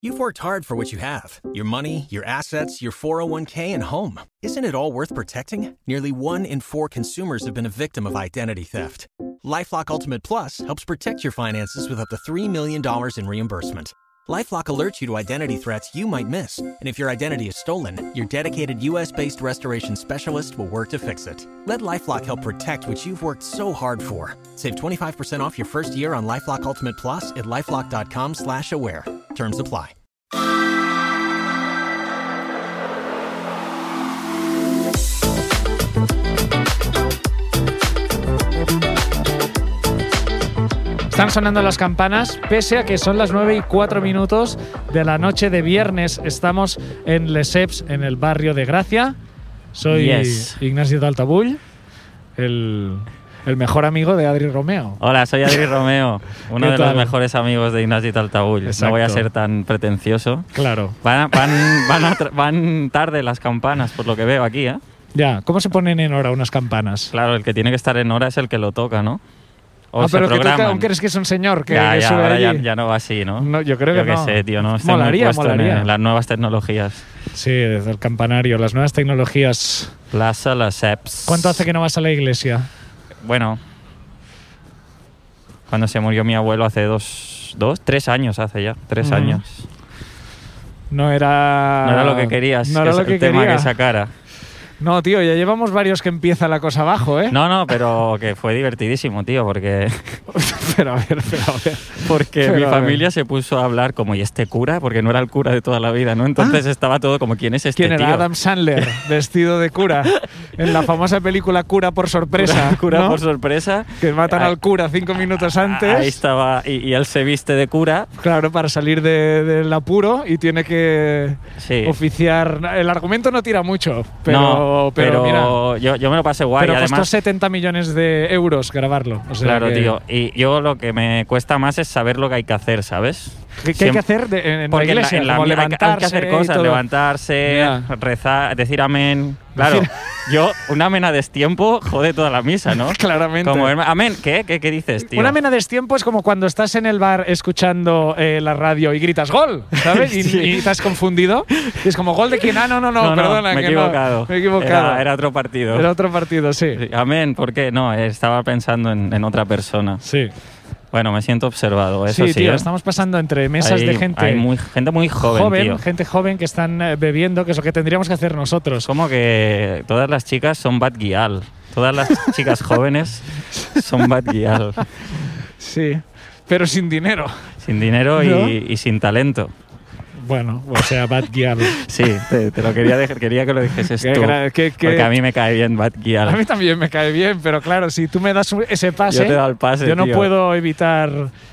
You've worked hard for what you have. Your money, your assets, your 401k, and home. Isn't it all worth protecting? Nearly 1 in 4 consumers have been a victim of identity theft. LifeLock Ultimate Plus helps protect your finances with up to $3 million in reimbursement. LifeLock alerts you to identity threats you might miss. And if your identity is stolen, your dedicated U.S.-based restoration specialist will work to fix it. Let LifeLock help protect what you've worked so hard for. Save 25% off your first year on LifeLock Ultimate Plus at LifeLock.com/aware. Terms apply. Están sonando las campanas, pese a que son las 9:04 de la noche de viernes. Estamos en Lesseps, en el barrio de Gracia. Soy Ignacio Taltabull, el mejor amigo de Adri Romeo. Hola, soy Adri Romeo, uno de los mejores amigos de Ignacio Taltabull. Exacto. No voy a ser tan pretencioso. Claro. Van tarde las campanas, por lo que veo aquí, ¿eh? Ya, ¿cómo se ponen en hora unas campanas? Claro, el que tiene que estar en hora es el que lo toca, ¿no? O pero que programan. ¿aún crees que es un señor que ya, sube ahora allí? ya no va así, ¿no? No, yo creo que no. Yo qué sé, tío, no estoy Molaría, muy puesto molaría. en las nuevas tecnologías. Sí, desde el campanario, las nuevas tecnologías. Plaza Lesseps. ¿Cuánto hace que no vas a la iglesia? Bueno, cuando se murió mi abuelo hace 3 años hace ya, 3 años. No era lo que querías, no era es lo que el tema quería. que sacara. No, tío, ya llevamos varios que empieza la cosa abajo, ¿eh? No, pero que fue divertidísimo, tío, porque pero a ver. porque Pero mi a familia se puso a hablar como, ¿y este cura? Porque no era el cura de toda la vida, ¿no? Entonces estaba todo como, ¿quién es este ¿Quién tío? era? Adam Sandler, vestido de cura, en la famosa película Cura por sorpresa. Cura ¿no? por sorpresa. Que matan al cura 5 minutos antes. Ahí estaba, y él se viste de cura. Claro, para salir del apuro y tiene que oficiar. El argumento no tira mucho, pero mira. Yo me lo pasé guay. Pero además, costó 70 millones de euros grabarlo. O sea claro, que, tío. Y yo lo que me cuesta más es saber lo que hay que hacer, ¿sabes? ¿Qué hay que hacer en la iglesia? Como levantarse hay que hacer cosas, levantarse, rezar, decir amén. Claro, yo un amén a destiempo jode toda la misa, ¿no? Claramente. Como amén, ¿qué dices, tío? Un amén a destiempo es como cuando estás en el bar escuchando la radio y gritas ¡gol! ¿Sabes? Y estás confundido. Y es como ¿gol de quién? No, perdona. Me he equivocado. Era otro partido. Era otro partido, sí. Amén, ¿por qué? No, estaba pensando en otra persona. Sí. Bueno, me siento observado, eso sí. Tío, estamos pasando entre mesas de gente… gente muy joven, tío. Gente joven que están bebiendo, que es lo que tendríamos que hacer nosotros. Como que todas las chicas son bad guial. Todas las chicas jóvenes son bad guial. Sí, pero sin dinero. Sin dinero, ¿no? y sin talento. Bueno, o sea, Bad Gyal. Sí, te lo quería que lo dijeses tú. Porque a mí me cae bien Bad Gyal. A mí también me cae bien, pero claro, si tú me das ese pase, yo te doy el pase, yo no tío. puedo evitar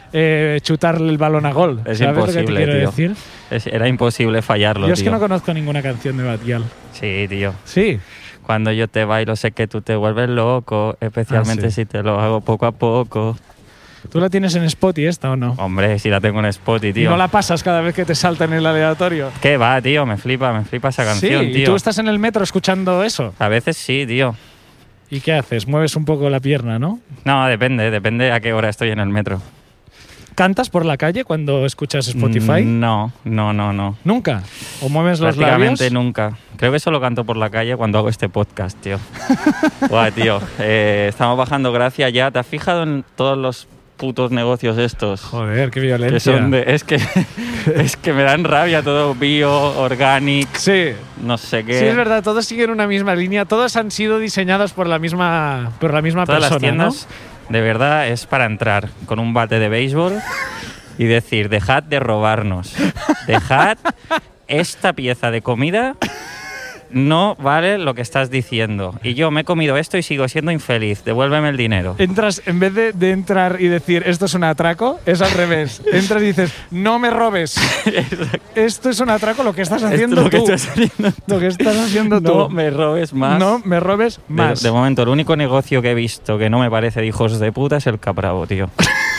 chutarle el balón a gol. Es ¿sabes imposible, lo que te quiero tío. decir? Era imposible fallarlo, Yo es que tío. no conozco ninguna canción de Bad Gyal. Sí, tío. Sí. Cuando yo te bailo sé que tú te vuelves loco, especialmente si te lo hago poco a poco. ¿Tú la tienes en Spotify esta o no? Hombre, si la tengo en Spotify, tío. ¿Y no la pasas cada vez que te salta en el aleatorio? ¿Qué va, tío? Me flipa esa canción, sí, tío. ¿Y tú estás en el metro escuchando eso? A veces sí, tío. ¿Y qué haces? Mueves un poco la pierna, ¿no? No, depende a qué hora estoy en el metro. ¿Cantas por la calle cuando escuchas Spotify? No. ¿Nunca? ¿O mueves los labios? Prácticamente nunca. Creo que solo canto por la calle cuando hago este podcast, tío. Buah, tío. Estamos bajando Gracia ya. ¿Te has fijado en todos los putos negocios estos? Joder, qué violencia. Que son es que me dan rabia todo bio, organic, sí. No sé qué. Sí, es verdad, todos siguen una misma línea, todos han sido diseñados por la misma Todas persona, las tiendas, ¿no? De verdad, es para entrar con un bate de béisbol y decir, dejad de robarnos, dejad esta pieza de comida. No vale lo que estás diciendo. Y yo me he comido esto y sigo siendo infeliz. Devuélveme el dinero. Entras, en vez de entrar y decir esto es un atraco, es al revés. Entras y dices, no me robes. Esto es un atraco, lo que estás haciendo tú. Lo que estás haciendo tú. No me robes más. No me robes más. De momento, el único negocio que he visto que no me parece de hijos de puta es el Capravo, tío.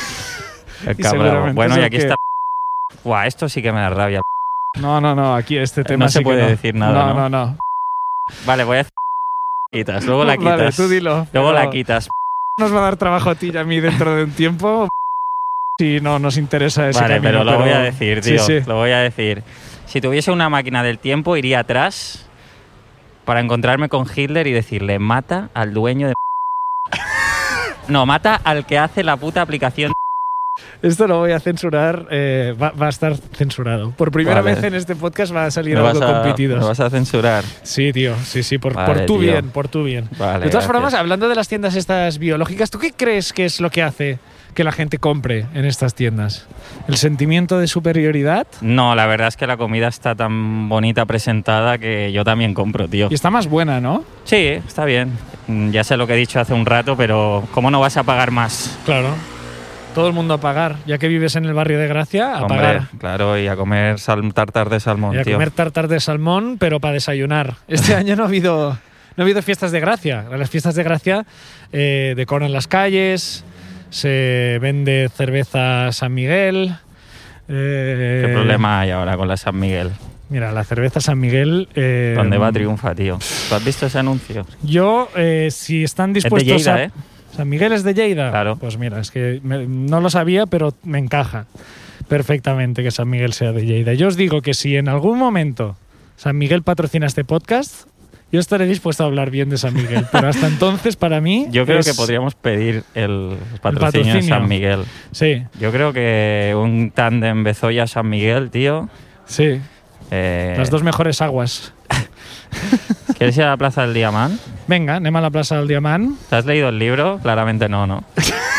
El Capravo. Bueno, y aquí está. Buah, esto sí que me da rabia. No, aquí este tema no se sí puede que no. decir nada, No. Vale, voy a quitas, luego la quitas. Vale, tú dilo. Luego la quitas. Nos va a dar trabajo a ti y a mí dentro de un tiempo. Sí, no nos interesa ese Vale, camino, pero lo voy a decir, tío. Sí. Lo voy a decir. Si tuviese una máquina del tiempo, iría atrás para encontrarme con Hitler y decirle, mata al dueño de... No, mata al que hace la puta aplicación. Esto lo voy a censurar, va a estar censurado. Por primera vez en este podcast va a salir algo con pitidos. ¿Me vas a censurar? Sí, tío, sí, por Vale, tu tío. bien, por tu bien. Vale, de todas gracias. formas, hablando de las tiendas estas biológicas, ¿tú qué crees que es lo que hace que la gente compre en estas tiendas? ¿El sentimiento de superioridad? No, la verdad es que la comida está tan bonita presentada que yo también compro, tío. Y está más buena, ¿no? Sí, está bien. Ya sé lo que he dicho hace un rato, pero ¿cómo no vas a pagar más? Claro. Todo el mundo a pagar, ya que vives en el barrio de Gracia, a Hombre, pagar. claro, y a comer tartar de salmón, Y a tío. comer tartar de salmón, pero para desayunar. Este año no ha habido fiestas de Gracia. Las fiestas de Gracia decoran las calles, se vende cerveza San Miguel. ¿Qué problema hay ahora con la San Miguel? Mira, la cerveza San Miguel... ¿Dónde va triunfa, tío? ¿Tú has visto ese anuncio? Yo, si están Es de dispuestos Lleida, a... ¿eh? ¿San Miguel es de Lleida? Claro. Pues mira, es que no lo sabía, pero me encaja perfectamente que San Miguel sea de Lleida. Yo os digo que si en algún momento San Miguel patrocina este podcast, yo estaré dispuesto a hablar bien de San Miguel. Pero hasta entonces, para mí... Yo creo que podríamos pedir el patrocinio de patrocinio. San Miguel. Sí, Yo creo que un tándem Bezoya-San Miguel, tío. sí. Las dos mejores aguas. ¿Quieres ir a la Plaza del Diamant? Venga, anem a la plaça del Diamant. ¿Te has leído el libro? Claramente no, ¿no?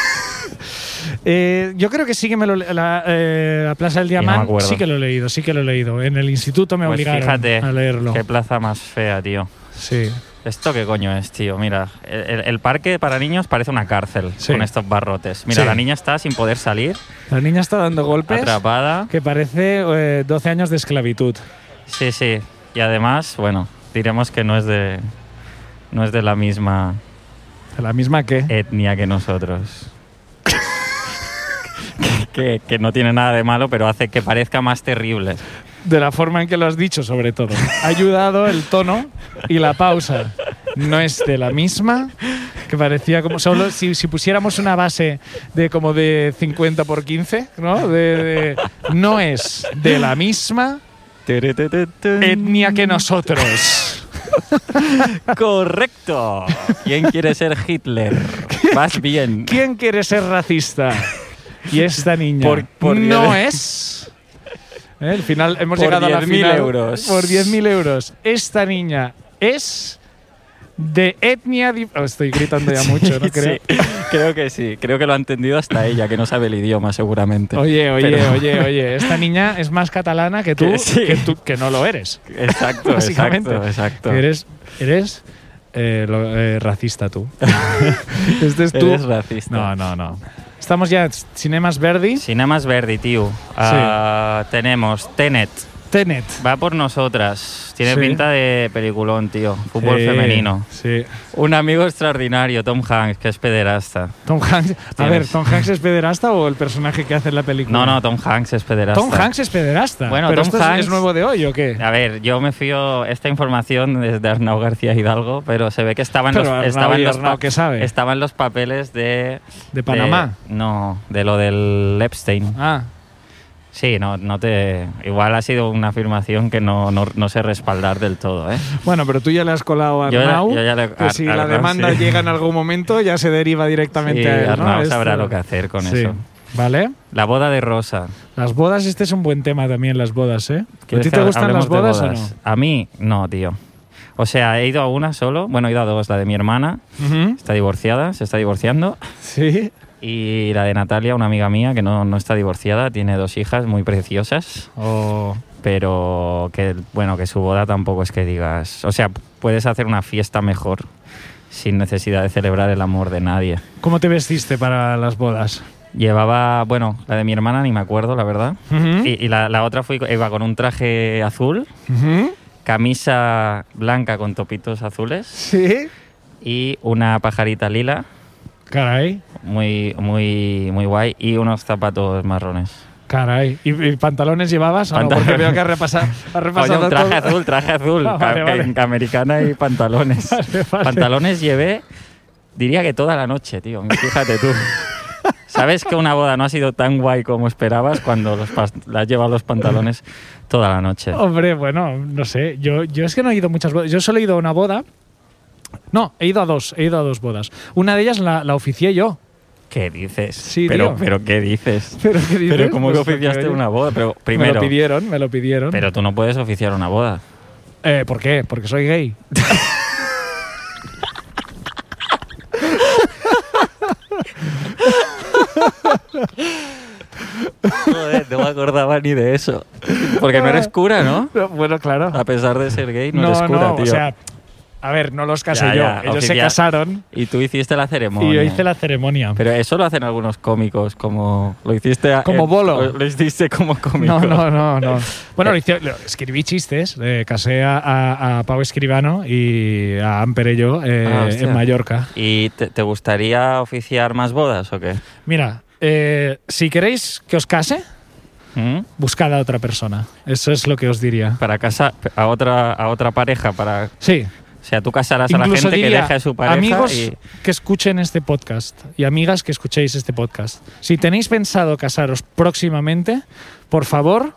Yo creo que sí que la Plaza del Y no me Diamant acuerdo. sí que lo he leído. En el instituto me Pues obligaron fíjate, a leerlo. qué plaza más fea, tío. Sí. ¿Esto qué coño es, tío? Mira, el parque para niños parece una cárcel Sí. con estos barrotes. Mira, Sí. la niña está sin poder salir, La niña está dando golpes atrapada. que parece 12 años de esclavitud. Sí, sí. Y además, bueno, diremos que no es de la misma ¿De la misma que? etnia que nosotros. que no tiene nada de malo, pero hace que parezca más terrible. De la forma en que lo has dicho, sobre todo. Ha ayudado el tono y la pausa. No es de la misma, que parecía como solo si pusiéramos una base de como de 50 por 15, ¿no? No es de la misma etnia que nosotros. ¡Correcto! ¿Quién quiere ser Hitler? Vas bien. ¿Quién quiere ser racista? Y esta niña Por no 10. es. Al final hemos Por llegado a la 10.000 final. euros. Por 10.000 euros. Esta niña es de etnia... estoy gritando ya mucho, ¿no? Creo. Sí, creo que sí. Creo que lo ha entendido hasta ella, que no sabe el idioma seguramente. Oye. Esta niña es más catalana que tú, Sí. que no lo eres. Exacto, Básicamente. exacto. Que eres racista tú. Este es tú. Eres racista. No. Estamos ya Cinemas Verdi. Cinemas Verdi, tío. Tenemos Tenet. Tenet. Va por nosotras. Tiene Sí. pinta de peliculón, tío. Fútbol femenino. Sí. Un amigo extraordinario, Tom Hanks, que es pederasta. Tom Hanks. A Tienes. ver, ¿Tom Hanks es pederasta o el personaje que hace en la película? No, Tom Hanks es pederasta. Tom Hanks es pederasta. Bueno, ¿Pero Tom esto Hanks- es nuevo de hoy o qué? A ver, yo me fío esta información desde Arnau García Hidalgo, pero se ve que estaban Pero Arnau, ¿qué sabe? estaban los papeles de Panamá? de lo del Epstein. Ah, Sí, igual ha sido una afirmación que no sé respaldar del todo, ¿eh? bueno, pero tú ya le has colado a Yo Arnau, ya le- que si la Arnau, demanda sí. llega en algún momento ya se deriva directamente Sí, a él, ¿no? Arnau sabrá Esto- lo que hacer con Sí. eso. ¿Vale? La boda de Rosa. Las bodas, este es un buen tema también, las bodas, ¿eh? ¿A ¿Quieres ti que te gustan las hablemos de bodas o no? A mí, no, tío. O sea, he ido a una solo. Bueno, he ido a dos. La de mi hermana, Ujú. está divorciada, se está divorciando. Sí. Y la de Natalia, una amiga mía que no está divorciada, tiene 2 hijas muy preciosas, O pero que su boda tampoco es que digas... O sea, puedes hacer una fiesta mejor sin necesidad de celebrar el amor de nadie. ¿Cómo te vestiste para las bodas? Llevaba, la de mi hermana ni me acuerdo, la verdad. Ujú. Y la otra iba con un traje azul, Ujú. camisa blanca con topitos azules Sí. y una pajarita lila, Caray. muy, muy, muy guay, y unos zapatos marrones. Caray. ¿Y pantalones llevabas? o no? Pantalones. Porque veo que has repasado Coño, un traje todo. azul, traje azul. Ah, vale, vale. Americana y pantalones. Vale, vale. Pantalones llevé, diría que toda la noche, tío. Fíjate tú. Sabes que una boda no ha sido tan guay como esperabas cuando le has llevado los pantalones toda la noche. Hombre, bueno, no sé. Yo es que no he ido a muchas bodas. Yo solo he ido a una boda. No, he ido a dos bodas. Una de ellas la oficié yo. ¿Qué dices? Sí, pero, tío. ¿Pero qué dices? ¿Pero qué dices? ¿Pero cómo Pues que oficiaste porque una boda? Pero primero, me lo pidieron. pero tú no puedes oficiar una boda. ¿Por qué? Porque soy gay. Joder, no me acordaba ni de eso. Porque no eres cura, ¿no? Bueno, claro. A pesar de ser gay, no eres cura, tío. O sea, a ver, no los casé Ya, yo. ya, Ellos se oficial. casaron Y tú hiciste la ceremonia. y yo hice la ceremonia. Pero eso lo hacen algunos cómicos, como lo hiciste Como Bolo. Lo hiciste como cómico. No. Bueno, escribí chistes. Casé a Pau Escribano y a Amper y yo hostia. en Mallorca. ¿Y te gustaría oficiar más bodas o qué? Mira, si queréis que os case, buscad a otra persona. Eso es lo que os diría. Para casar a otra pareja, para... Sí. O sea, tú casarás a la Incluso gente que diría, deje a su pareja amigos y... que escuchen este podcast y amigas que escuchéis este podcast. Si tenéis pensado casaros próximamente, por favor,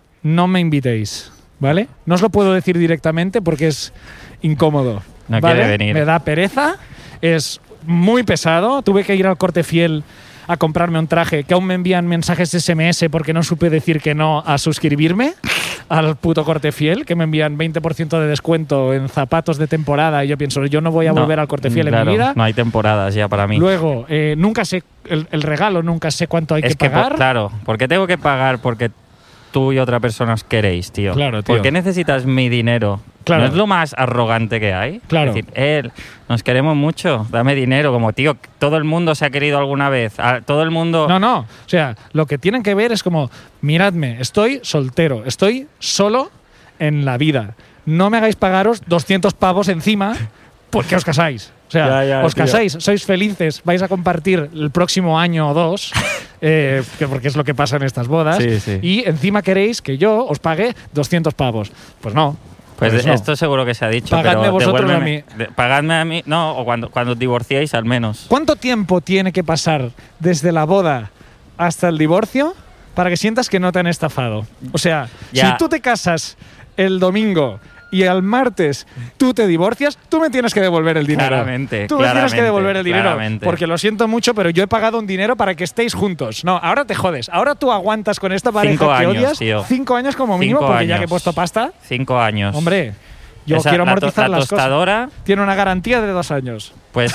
no me invitéis, ¿vale? No os lo puedo decir directamente porque es incómodo. No ¿vale? quiere venir. Me da pereza, es muy pesado. Tuve que ir al Corte Fiel a comprarme un traje que aún me envían mensajes SMS porque no supe decir que no a suscribirme al puto Corte Fiel, que me envían 20% de descuento en zapatos de temporada y yo pienso, yo no voy a volver al Corte Fiel en mi vida. No hay temporadas ya para mí. Luego, nunca sé el regalo, nunca sé cuánto hay es que pagar. Claro, ¿por qué tengo que pagar? Porque tú y otra persona os queréis, tío. Claro, tío. ¿Por qué necesitas mi dinero? Claro. ¿No es lo más arrogante que hay? Claro. Es decir, nos queremos mucho, dame dinero. Como, tío, todo el mundo se ha querido alguna vez. Todo el mundo... No. O sea, lo que tienen que ver es como, miradme, estoy soltero, estoy solo en la vida. No me hagáis pagaros 200 pavos encima porque os casáis. O sea, Ya, os tío. casáis, sois felices, vais a compartir el próximo año o dos, porque es lo que pasa en estas bodas, Sí, sí. y encima queréis que yo os pague 200 pavos. Pues no. Pues no. esto seguro que se ha dicho. Pagadme pero vosotros a devuélveme- pagadme a mí. No, o cuando os divorciéis al menos. ¿Cuánto tiempo tiene que pasar desde la boda hasta el divorcio para que sientas que no te han estafado? O sea, Ya. si tú te casas el domingo y al martes tú te divorcias, tú me tienes que devolver el dinero. Claramente, Tú me tienes que devolver el dinero. claramente. Porque lo siento mucho, pero yo he pagado un dinero para que estéis juntos. No, ahora te jodes. Ahora tú aguantas con esta pareja 5 que años, odias. tío. 5 años como mínimo, 5 porque ya años. que he puesto pasta, 5 años. hombre, yo Esa- quiero la amortizar las cosas. tostadora, Tiene una garantía de 2 años. pues,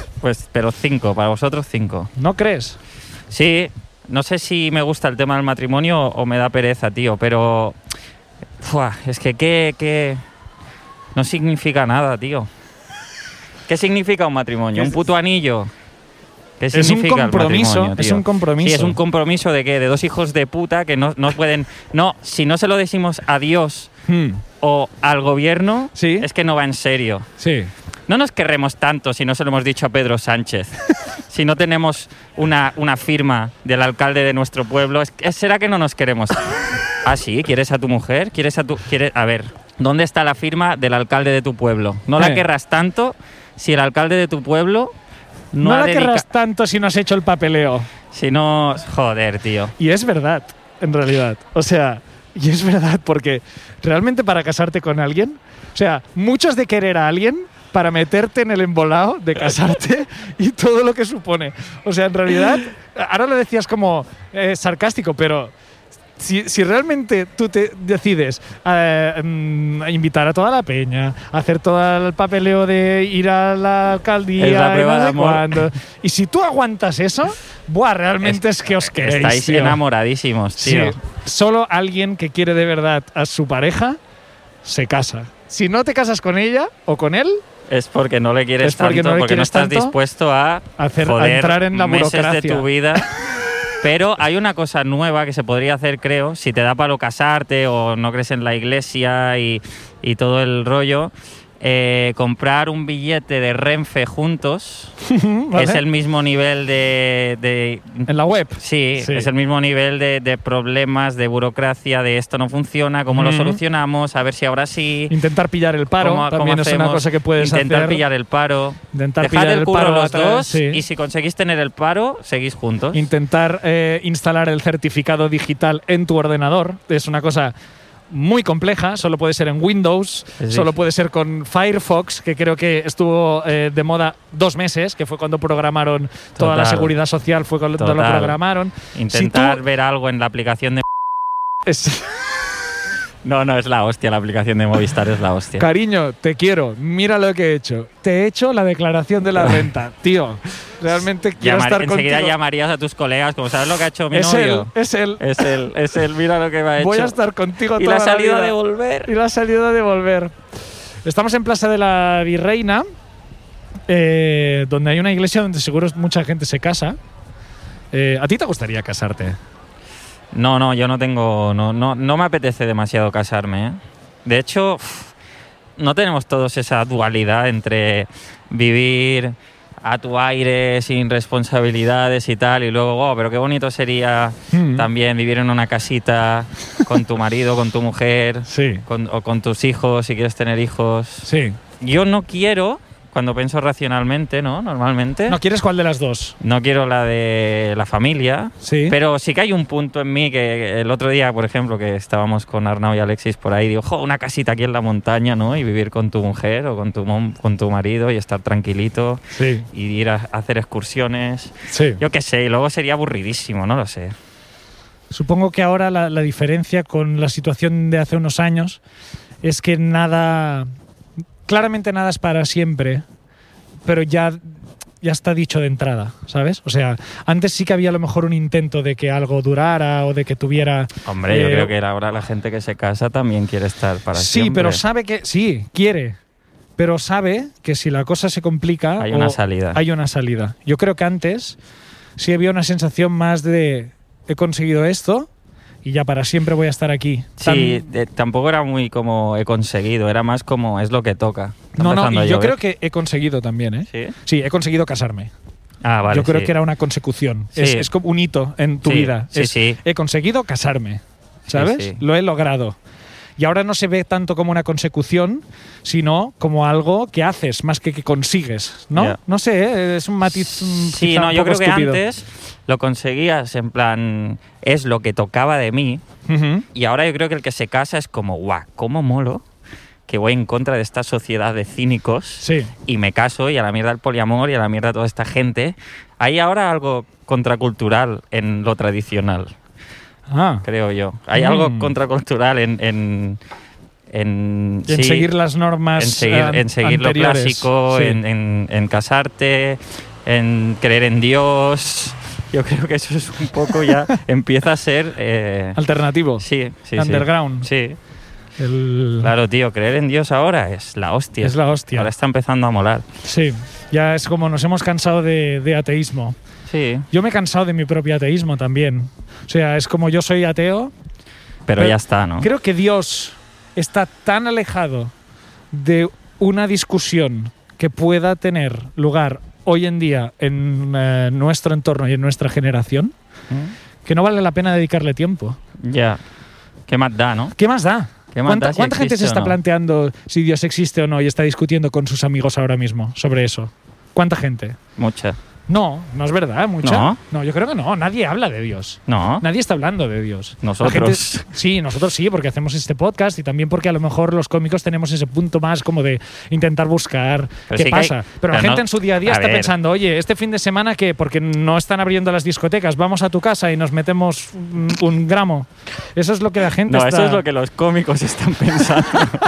pero 5, para vosotros 5. ¿No crees? Sí, no sé si me gusta el tema del matrimonio o me da pereza, tío, pero... es que no significa nada, tío. ¿Qué significa un matrimonio? ¿Un puto anillo? ¿Qué Es un significa el compromiso, matrimonio, es tío? un compromiso. Sí, es un compromiso de qué, de 2 hijos de puta que no pueden... No, si no se lo decimos a Dios o al gobierno, Sí. es que no va en serio. Sí. No nos querremos tanto si no se lo hemos dicho a Pedro Sánchez. Si no tenemos una firma del alcalde de nuestro pueblo, ¿será que no nos queremos? Ah, sí, ¿quieres a tu mujer? A ver, ¿dónde está la firma del alcalde de tu pueblo? No la querrás tanto si el alcalde de tu pueblo No la querrás tanto si no has hecho el papeleo. Si no... Joder, tío. Y es verdad, en realidad. O sea, y es verdad, porque realmente para casarte con alguien, o sea, muchos de querer a alguien para meterte en el embolado de casarte y todo lo que supone. O sea, en realidad, ahora lo decías como sarcástico, pero si realmente tú te decides a invitar a toda la peña, hacer todo el papeleo de ir a la alcaldía, Es la prueba y no de sé amor. cuándo, y si tú aguantas eso, buah, realmente es que os queréis, Estáis tío. enamoradísimos, tío. Sí, solo alguien que quiere de verdad a su pareja se casa. Si no te casas con ella o con él, Es porque no le quieres Es porque tanto, no le porque no quieres estás tanto dispuesto a entrar en la meses de burocracia. tu vida. Pero hay una cosa nueva que se podría hacer, creo, si te da palo casarte o no crees en la iglesia y todo el rollo. comprar un billete de Renfe juntos. ¿Vale? Es el mismo nivel de En la web. Sí, Sí. es el mismo nivel de problemas, de burocracia, de esto no funciona, cómo lo solucionamos, a ver si ahora sí. Intentar pillar el paro ¿Cómo también es una hacemos? cosa que puedes Intentar hacer. pillar el paro. Intentar Dejad pillar el el curro paro los dos sí. y si conseguís tener el paro, seguís juntos. Intentar instalar el certificado digital en tu ordenador es una cosa muy compleja, solo puede ser en Windows, Sí. solo puede ser con Firefox, que creo que estuvo de moda 2 meses, que fue cuando programaron toda la Total. seguridad social, fue cuando lo Total. programaron. Intentar Si tú- ver algo en la aplicación de... Es- No, es la hostia, la aplicación de Movistar es la hostia. Cariño, te quiero, mira lo que he hecho. Te he hecho la declaración de la renta, tío. Realmente quiero estar Enseguida contigo. llamarías a tus colegas, como sabes lo que ha hecho mi Es él, novio. es él. Es él, mira lo que me ha hecho. Voy a estar contigo y toda la salida vida. de volver. Y la salida a devolver. Estamos en Plaza de la Virreina, donde hay una iglesia donde seguro mucha gente se casa. ¿A ti te gustaría casarte? No, yo no tengo. No me apetece demasiado casarme, ¿eh? De hecho, no tenemos todos esa dualidad entre vivir a tu aire, sin responsabilidades y tal, y luego, wow, pero qué bonito sería también vivir en una casita con tu marido, con tu mujer, Sí. o con tus hijos, si quieres tener hijos. Sí. Yo no quiero, cuando pienso racionalmente, ¿no? Normalmente. ¿No quieres cuál de las dos? No quiero la de la familia, Sí. pero sí que hay un punto en mí que el otro día, por ejemplo, que estábamos con Arnau y Alexis por ahí, digo, una casita aquí en la montaña, ¿no? Y vivir con tu mujer o con tu marido y estar tranquilito Sí. y ir a hacer excursiones. Sí. Yo qué sé, y luego sería aburridísimo, no lo sé. Supongo que ahora la diferencia con la situación de hace unos años es que claramente nada es para siempre, pero ya está dicho de entrada, ¿sabes? O sea, antes sí que había a lo mejor un intento de que algo durara o de que tuviera... Hombre, yo creo que ahora la gente que se casa también quiere estar para Sí, siempre. pero sabe que... Sí, quiere. Pero sabe que si la cosa se complica... Hay una salida. Hay una salida. Yo creo que antes sí había una sensación más de... He conseguido esto y ya para siempre voy a estar aquí. Sí, tampoco era muy como he conseguido, era más como es lo que toca. Está No, empezando a y yo llover. creo que he conseguido también, ¿eh? ¿Sí? Sí, he conseguido casarme. Ah, vale. yo creo sí. que era una consecución. Sí. Es como un hito en tu Sí, vida. sí, sí. He conseguido casarme, ¿sabes? Sí. Lo he logrado. Y ahora no se ve tanto como una consecución, sino como algo que haces más que consigues, ¿no? Ya. No sé, es un matiz Sí, quizá no, un yo poco creo estúpido. que antes lo conseguías en plan, es lo que tocaba de mí, Ujú. y ahora yo creo que el que se casa es como, guau, cómo molo que voy en contra de esta sociedad de cínicos Sí. y me caso y a la mierda el poliamor y a la mierda toda esta gente. Hay ahora algo contracultural en lo tradicional, Ah. creo yo. Hay algo contracultural en sí, seguir las normas en seguir lo anteriores. clásico, Sí. en casarte, en creer en Dios. Yo creo que eso es un poco ya empieza a ser Alternativo. sí, Underground. Sí. El- Claro, tío, creer en Dios ahora es la hostia. Es la hostia. Ahora está empezando a molar. Sí. Ya es como nos hemos cansado de ateísmo. Sí, Yo me he cansado de mi propio ateísmo también. O sea, es como yo soy ateo. pero ya está, ¿no? Creo que Dios está tan alejado de una discusión que pueda tener lugar hoy en día en nuestro entorno y en nuestra generación que no vale la pena dedicarle tiempo. Ya. ¿Qué más da, no? ¿Qué más da? ¿Qué más da si ¿Cuánta gente se existe o está no? planteando si Dios existe o no y está discutiendo con sus amigos ahora mismo sobre eso? ¿Cuánta gente? Mucha. No, no es verdad, mucha. ¿No? Yo creo que no. Nadie habla de Dios. No. Nadie está hablando de Dios. Nosotros. La gente- sí, nosotros sí, porque hacemos este podcast y también porque a lo mejor los cómicos tenemos ese punto más como de intentar buscar Pero qué sí que hay- pasa. Pero la pero gente no- en su día a día a está ver. pensando, oye, este fin de semana ¿qué? Porque no están abriendo las discotecas, vamos a tu casa y nos metemos un gramo. Eso es lo que la gente No, está... eso es lo que los cómicos están pensando.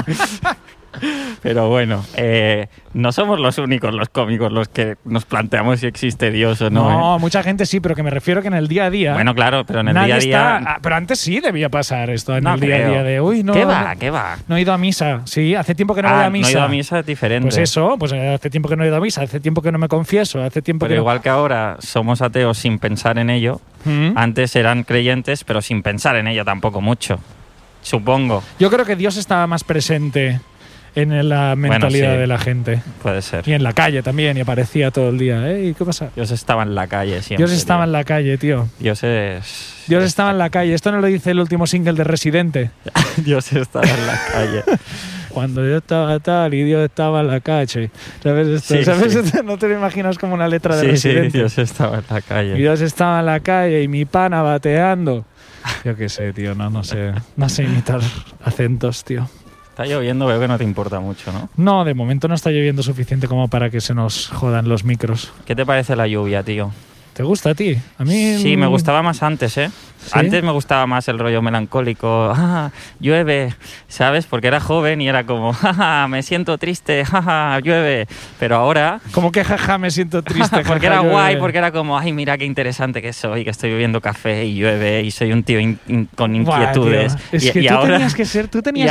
Pero bueno, no somos los únicos los cómicos los que nos planteamos si existe Dios o no. No, ¿eh? mucha gente sí, pero que me refiero que en el día a día... Bueno, claro, pero en el nadie día a día. está- pero antes sí debía pasar esto, en no el día a creo. día de... Uy, no, ¿Qué va? ¿Qué va? no he ido a misa. Sí, hace tiempo que no voy a misa. No he ido a misa es diferente. Pues eso, pues hace tiempo que no he ido a misa, hace tiempo que no me confieso, hace tiempo Pero que igual que ahora somos ateos sin pensar en ello, ¿Mm? antes eran creyentes, pero sin pensar en ello tampoco mucho. Supongo. Yo creo que Dios estaba más presente en la mentalidad sí. de la gente. Puede ser. Y en la calle también, y aparecía todo el día. ¿Y qué pasa? Dios estaba en la calle siempre. Dios estaba en la calle, tío. Dios estaba en la calle. Esto no lo dice el último single de Residente. Dios estaba en la calle. Cuando yo estaba tal y Dios estaba en la calle. ¿Sabes esto? Sí, ¿Sabes? sí. No te lo imaginas como una letra de Sí, Residente. Dios estaba en la calle. Dios estaba en la calle y mi pana bateando. Yo qué sé, tío. No sé imitar acentos, tío. Está lloviendo, veo que no te importa mucho, ¿no? No, de momento no está lloviendo suficiente como para que se nos jodan los micros. ¿Qué te parece la lluvia, tío? ¿Te gusta a ti? A mí… Sí, me gustaba más antes, ¿eh? ¿Sí? Antes me gustaba más el rollo melancólico. Llueve, ¿sabes? Porque era joven y era como, me siento triste, llueve. Pero ahora… Como que jaja, me siento triste. porque jaja, era llueve. guay, porque era como, ay, mira qué interesante que soy, que estoy bebiendo café y llueve y soy un tío con inquietudes. Buah, tío. Es que y tú ahora, tenías que ser… Tú tenías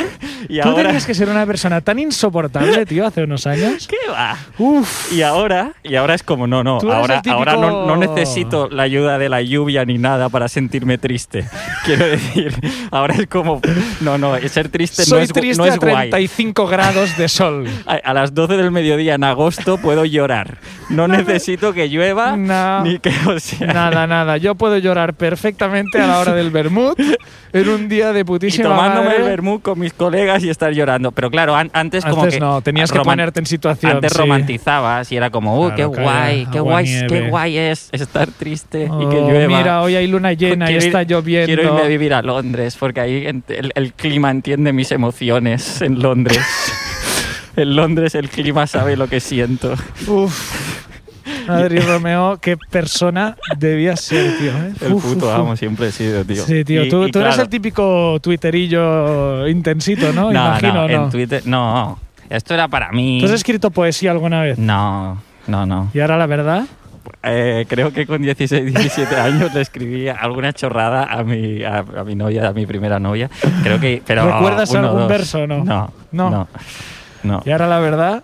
que ser una persona tan insoportable, tío, hace unos años. ¿Qué va? Uf. Y ahora es como, no, Tú eres ahora el típico… no necesito la ayuda de la lluvia ni nada para sentirme triste. Quiero decir, ahora es como, no, ser triste Soy no es triste no es a 35 grados de sol. A las 12 del mediodía en agosto puedo llorar. No necesito que llueva No. ni que, o sea… Nada. Yo puedo llorar perfectamente a la hora del vermut en un día de Y putísima tomándome madre. el vermut con mis colegas y estar llorando. Pero claro, antes como que… no, tenías que ponerte en situación. Antes sí. romantizabas y era como, Claro, qué guay, nieve. qué guay es estar triste y que Oh, llueva. mira, hoy hay luna llena y está lloviendo. Quiero irme a vivir a Londres porque ahí el clima entiende mis emociones en Londres. En Londres el clima sabe lo que siento. Uf. Adri Romeo, qué persona debías ser, tío. El puto amo siempre he sido, tío. Sí, tío. Tú eres claro, el típico twitterillo intensito, ¿no? Imagino, ¿no? En Twitter… No, esto era para mí… ¿Tú has escrito poesía alguna vez? No. ¿Y ahora la verdad? Creo que con 16, 17 años le escribí alguna chorrada a mi novia, a mi primera novia. Creo que… Pero ¿Recuerdas algún verso o no? No. ¿Y ahora la verdad?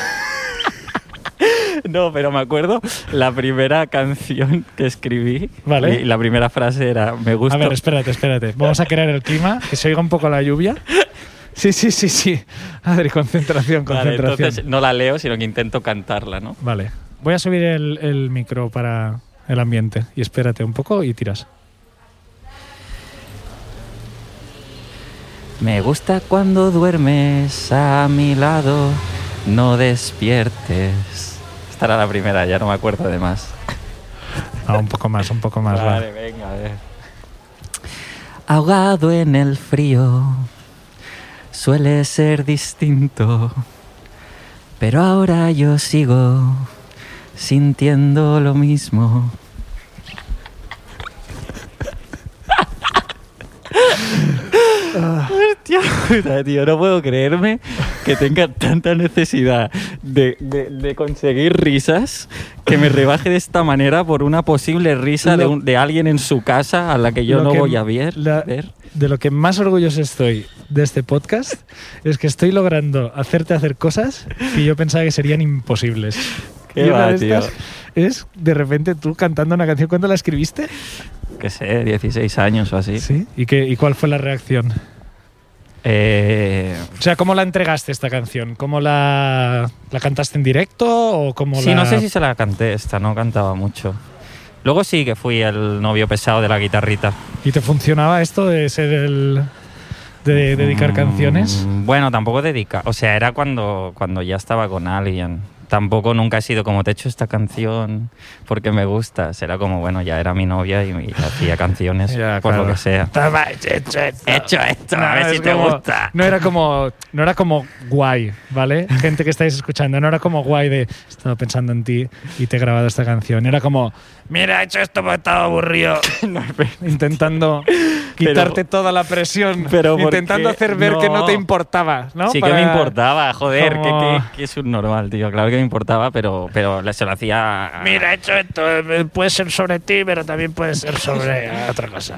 No, pero me acuerdo la primera canción que escribí. Vale. Y la primera frase era, me gusta… A ver, espérate. Vamos a crear el clima, que se oiga un poco la lluvia. Sí. Adri, concentración. Vale, entonces no la leo, sino que intento cantarla, ¿no? Vale. Voy a subir el micro para el ambiente. Y espérate un poco y tiras. Me gusta cuando duermes a mi lado, no despiertes. Esta era la primera, ya no me acuerdo de más. Un poco más. Vale, venga, a ver. Ahogado en el frío, suele ser distinto, pero ahora yo sigo sintiendo lo mismo. Hostia puta, tío, no puedo creerme que tenga tanta necesidad de conseguir risas que me rebaje de esta manera por una posible risa de alguien en su casa a la que yo no voy a ver. De lo que más orgulloso estoy de este podcast es que estoy logrando hacerte hacer cosas que yo pensaba que serían imposibles. ¿Qué y una va, de tío? estas es de repente tú cantando una canción. ¿Cuándo la escribiste? Que sé, 16 años o así. Sí. ¿Y cuál fue la reacción? O sea, ¿cómo la entregaste esta canción? ¿Cómo la cantaste en directo o cómo Sí, no sé si se la canté esta, no cantaba mucho. Luego sí que fui el novio pesado de la guitarrita. ¿Y te funcionaba esto de ser de dedicar canciones? Bueno, tampoco dedica. O sea, era cuando ya estaba con alguien. Tampoco nunca he sido como te he hecho esta canción porque me gusta. Será como, bueno, ya era mi novia y hacía canciones Ya, por claro. lo que sea. Toma, he hecho esto, a ver si te gusta. No era como guay, ¿vale? Gente que estáis escuchando, no era como guay de he estado pensando en ti y te he grabado esta canción. Era como, mira, he hecho esto porque estaba aburrido. Intentando quitarte toda la presión. Pero intentando porque hacer ver que no te importaba, ¿no? Sí que me importaba, joder, que es un normal, tío. Claro que me importaba, pero se lo hacía… Mira, he hecho esto, puede ser sobre ti, pero también puede ser sobre otra cosa.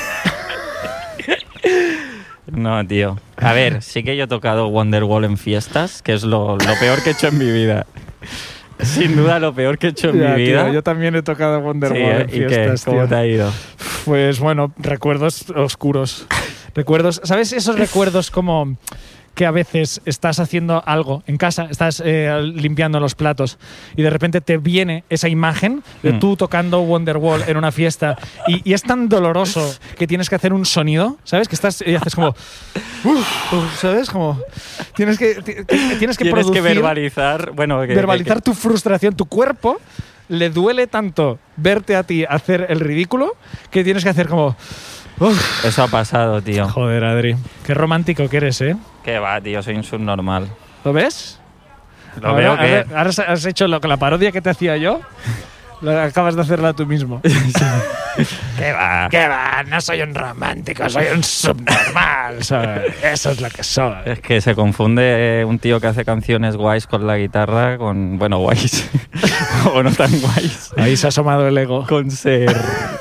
No, tío. A ver, sí que yo he tocado Wonderwall en fiestas, que es lo peor que he hecho en mi vida. Sin duda lo peor que he hecho en mi vida. Tío, yo también he tocado Wonderwall en ¿Y fiestas, qué? ¿Cómo tío. te ha ido? Pues bueno, recuerdos oscuros. ¿Sabes esos recuerdos como que a veces estás haciendo algo en casa, estás limpiando los platos y de repente te viene esa imagen de tú tocando Wonderwall en una fiesta y es tan doloroso que tienes que hacer un sonido, ¿sabes? Que estás y haces como ¿sabes? Como tienes que producir, verbalizar, verbalizar tu frustración, tu cuerpo le duele tanto verte a ti hacer el ridículo que tienes que hacer como Eso ha pasado, tío. Joder, Adri. Qué romántico que eres, ¿eh? Qué va, tío. Soy un subnormal. ¿Lo ves? Lo veo que... Ahora has hecho la parodia que te hacía yo. Acabas de hacerla tú mismo. ¿Qué va? ¿Qué va? No soy un romántico, soy un subnormal. ¿Sabes? Eso es lo que soy. Es que se confunde un tío que hace canciones guays con la guitarra con... Bueno, guays. O no tan guays. Ahí se ha asomado el ego. Con ser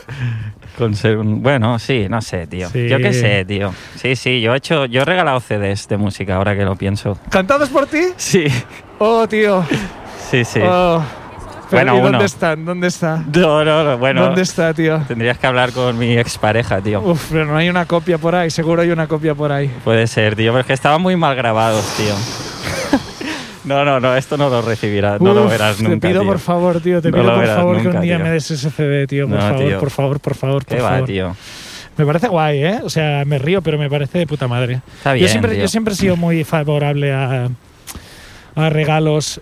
un... Bueno, sí, no sé, tío. Sí. Yo qué sé, tío. Sí, yo he regalado CDs de música, ahora que lo pienso. ¿Cantados por ti? Sí. Oh, tío. Sí. Oh. Bueno, ¿y dónde uno. están? ¿Dónde está? No, bueno. ¿Dónde está, tío? Tendrías que hablar con mi expareja, tío. Uf, pero no hay una copia por ahí. Seguro hay una copia por ahí. Puede ser, tío, pero es que estaban muy mal grabados, tío. No, esto no lo recibirás, no lo verás nunca, Te pido, tío. por favor, tío, te No pido, lo por verás favor, que nunca, un día tío. me des ese CD, tío. Por No, favor, tío. por favor, por favor, por ¿Qué favor. va, tío? Me parece guay, ¿eh? O sea, me río, pero me parece de puta madre. Está bien, tío. Yo siempre he sido muy favorable a regalos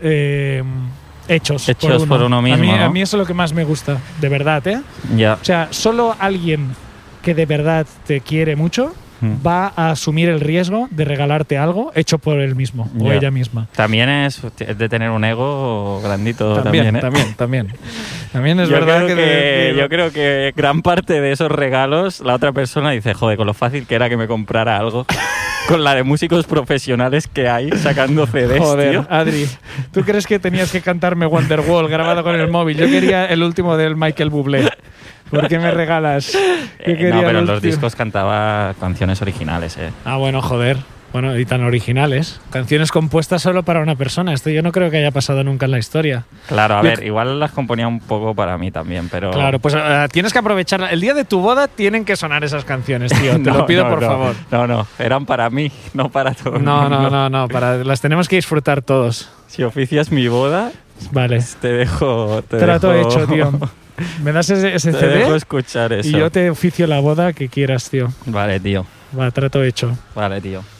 hechos por uno mismo, A ¿no? mí eso es lo que más me gusta, de verdad, ¿eh? Ya. O sea, solo alguien que de verdad te quiere mucho va a asumir el riesgo de regalarte algo hecho por él mismo o Ya. ella misma. También es de tener un ego grandito también, ¿eh? También es verdad yo creo que gran parte de esos regalos la otra persona dice, joder, con lo fácil que era que me comprara algo. Con la de músicos profesionales que hay sacando CDs, Joder, tío. Adri, ¿tú crees que tenías que cantarme Wonderwall grabado con el móvil? Yo quería el último del Michael Bublé. ¿Por qué me regalas? Yo quería No, pero el en los último. discos cantaba canciones originales, ¿eh? Ah, bueno, joder. Bueno, y tan originales. Canciones compuestas solo para una persona. Esto yo no creo que haya pasado nunca en la historia. Claro, a ver, igual las componía un poco para mí también, pero... Claro, pues tienes que aprovechar. El día de tu boda tienen que sonar esas canciones, tío. Te lo pido, por favor. No, eran para mí, no para todo el No, mundo. las tenemos que disfrutar todos. Si oficias mi boda, Vale. te dejo... Trato hecho, tío. Me das ese Te CD dejo escuchar eso. y yo te oficio la boda que quieras, tío. Vale, tío. Va, trato hecho. Vale, tío.